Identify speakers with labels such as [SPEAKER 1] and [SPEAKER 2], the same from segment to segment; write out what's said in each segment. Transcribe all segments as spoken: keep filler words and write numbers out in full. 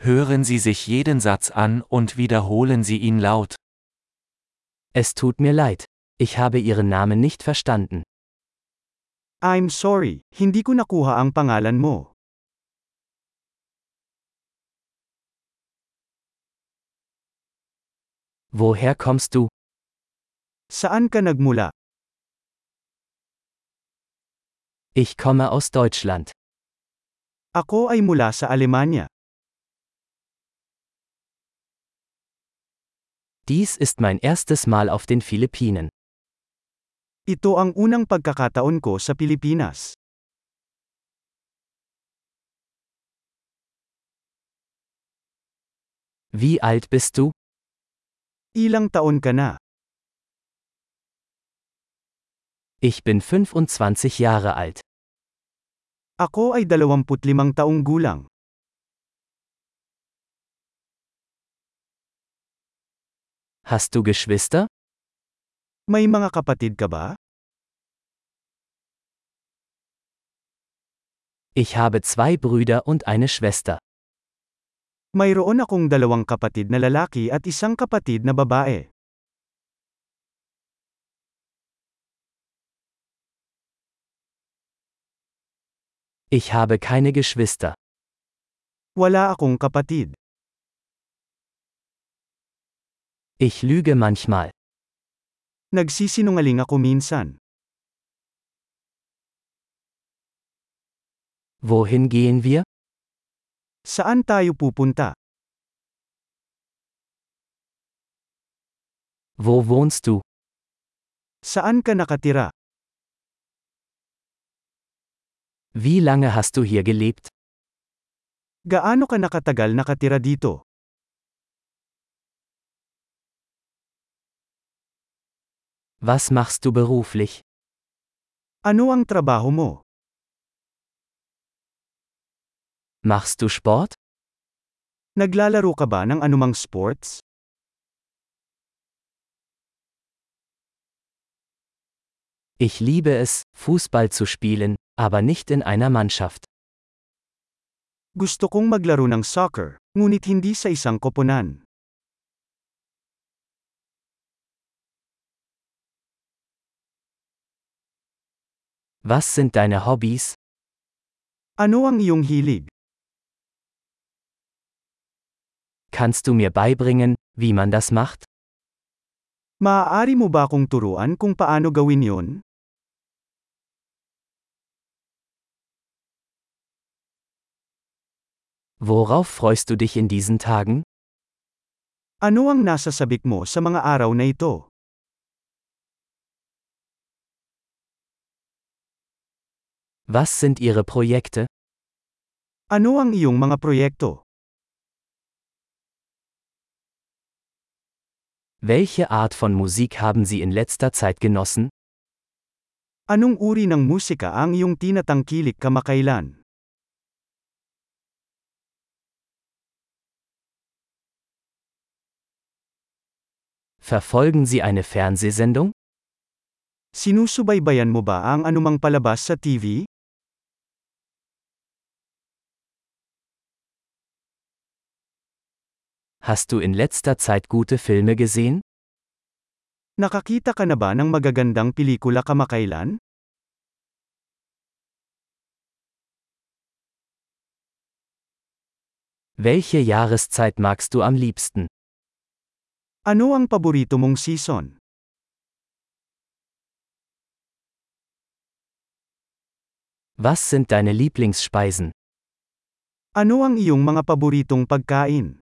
[SPEAKER 1] Hören Sie sich jeden Satz an und wiederholen Sie ihn laut.
[SPEAKER 2] Es tut mir leid. Ich habe Ihren Namen nicht verstanden.
[SPEAKER 3] I'm sorry, hindi ko nakuha ang pangalan mo.
[SPEAKER 2] Woher kommst du?
[SPEAKER 3] Saan ka nagmula?
[SPEAKER 2] Ich komme aus Deutschland.
[SPEAKER 3] Ako ay mula sa Alemanya.
[SPEAKER 2] Dies ist mein erstes Mal auf den Philippinen.
[SPEAKER 3] Ito ang unang pagkakataon ko sa Pilipinas.
[SPEAKER 2] Wie alt bist du?
[SPEAKER 3] Ilang taon ka na?
[SPEAKER 2] Ich bin fünfundzwanzig Jahre alt.
[SPEAKER 3] Ako ay dalawamput limang taong gulang.
[SPEAKER 2] Hast du Geschwister?
[SPEAKER 3] May mga kapatid ka ba?
[SPEAKER 2] Ich habe zwei Brüder und eine Schwester.
[SPEAKER 3] Mayroon akong dalawang kapatid na lalaki at isang kapatid na babae.
[SPEAKER 2] Ich habe keine Geschwister.
[SPEAKER 3] Wala akong kapatid.
[SPEAKER 2] Ich lüge manchmal.
[SPEAKER 3] Nagsisinungaling ako minsan.
[SPEAKER 2] Wohin gehen wir?
[SPEAKER 3] Saan tayo pupunta?
[SPEAKER 2] Wo wohnst du?
[SPEAKER 3] Saan ka nakatira?
[SPEAKER 2] Wie lange hast du hier gelebt?
[SPEAKER 3] Gaano ka nakatagal nakatira dito?
[SPEAKER 2] Was machst du beruflich?
[SPEAKER 3] Ano ang trabaho mo?
[SPEAKER 2] Machst du Sport?
[SPEAKER 3] Naglalaro ka ba ng anumang sports?
[SPEAKER 2] Ich liebe es, Fußball zu spielen, aber nicht in einer Mannschaft.
[SPEAKER 3] Gusto kong maglaro ng soccer, ngunit hindi sa isang koponan.
[SPEAKER 2] Was sind deine Hobbys?
[SPEAKER 3] Ano ang iyong hilig?
[SPEAKER 2] Kannst du mir beibringen, wie man das macht?
[SPEAKER 3] Maaari mo ba akong turuan kung paano gawin yon?
[SPEAKER 2] Worauf freust du dich in diesen Tagen?
[SPEAKER 3] Ano ang nasa sabik mo sa mga araw na ito?
[SPEAKER 2] Was sind Ihre Projekte?
[SPEAKER 3] Ano ang iyong mga proyekto?
[SPEAKER 2] Welche Art von Musik haben Sie in letzter Zeit genossen?
[SPEAKER 3] Anong uri ng musika ang iyong tinatangkilik kamakailan?
[SPEAKER 2] Verfolgen Sie eine Fernsehsendung?
[SPEAKER 3] Sinusubaybayan mo ba ang anumang palabas sa T V?
[SPEAKER 2] Hast du in letzter Zeit gute Filme gesehen?
[SPEAKER 3] Nakakita ka na ba ng magagandang pelikula kamakailan?
[SPEAKER 2] Welche Jahreszeit magst du am liebsten?
[SPEAKER 3] Ano ang paborito mong season?
[SPEAKER 2] Was sind deine Lieblingsspeisen?
[SPEAKER 3] Ano ang iyong mga paboritong pagkain?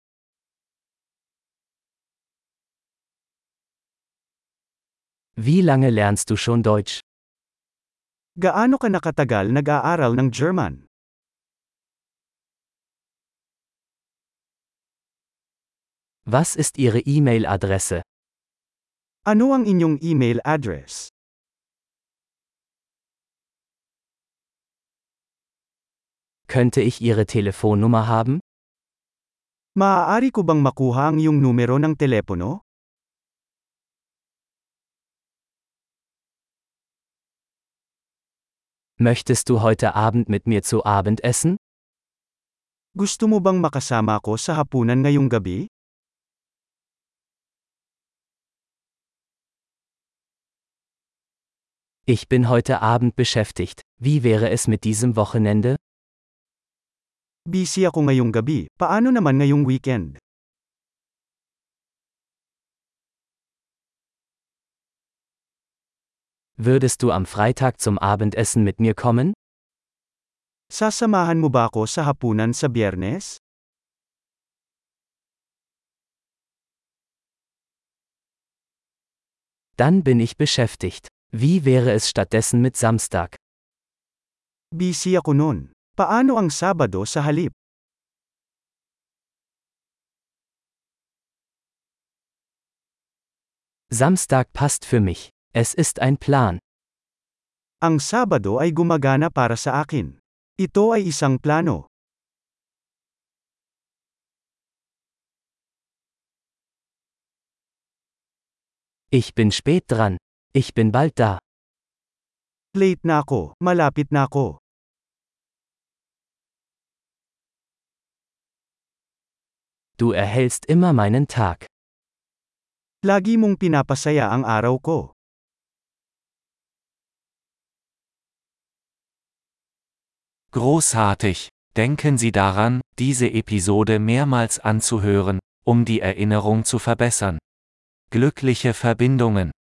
[SPEAKER 2] Wie lange lernst du schon Deutsch?
[SPEAKER 3] Gaano ka nakatagal nag-aaral ng German?
[SPEAKER 2] Was ist Ihre E-Mail-Adresse?
[SPEAKER 3] Ano ang inyong email address?
[SPEAKER 2] Könnte ich Ihre Telefonnummer haben?
[SPEAKER 3] Maaari ko bang makuha ang iyong numero ng telepono?
[SPEAKER 2] Möchtest du heute Abend mit mir zu Abend essen?
[SPEAKER 3] Gusto mo bang makasama ko sa hapunan ngayong gabi?
[SPEAKER 2] Ich bin heute Abend beschäftigt. Wie wäre es mit diesem Wochenende?
[SPEAKER 3] Busy ako ngayong gabi, paano naman ngayong weekend?
[SPEAKER 2] Würdest du am Freitag zum Abendessen mit mir kommen?
[SPEAKER 3] Sasamahan mo ba ako sa hapunan sa Biyernes?
[SPEAKER 2] Dann bin ich beschäftigt. Wie wäre es stattdessen mit Samstag?
[SPEAKER 3] Busy ako nun. Paano ang Sabado sa halip?
[SPEAKER 2] Samstag passt für mich. Es ist ein Plan.
[SPEAKER 3] Ang Sabado ay gumagana para sa akin. Ito ay isang plano.
[SPEAKER 2] Ich bin spät dran. Ich bin bald da.
[SPEAKER 3] Late na ako, malapit na ako.
[SPEAKER 2] Du erhellst immer meinen Tag.
[SPEAKER 3] Lagi mong pinapasaya ang araw ko.
[SPEAKER 1] Großartig! Denken Sie daran, diese Episode mehrmals anzuhören, um die Erinnerung zu verbessern. Glückliche Verbindungen!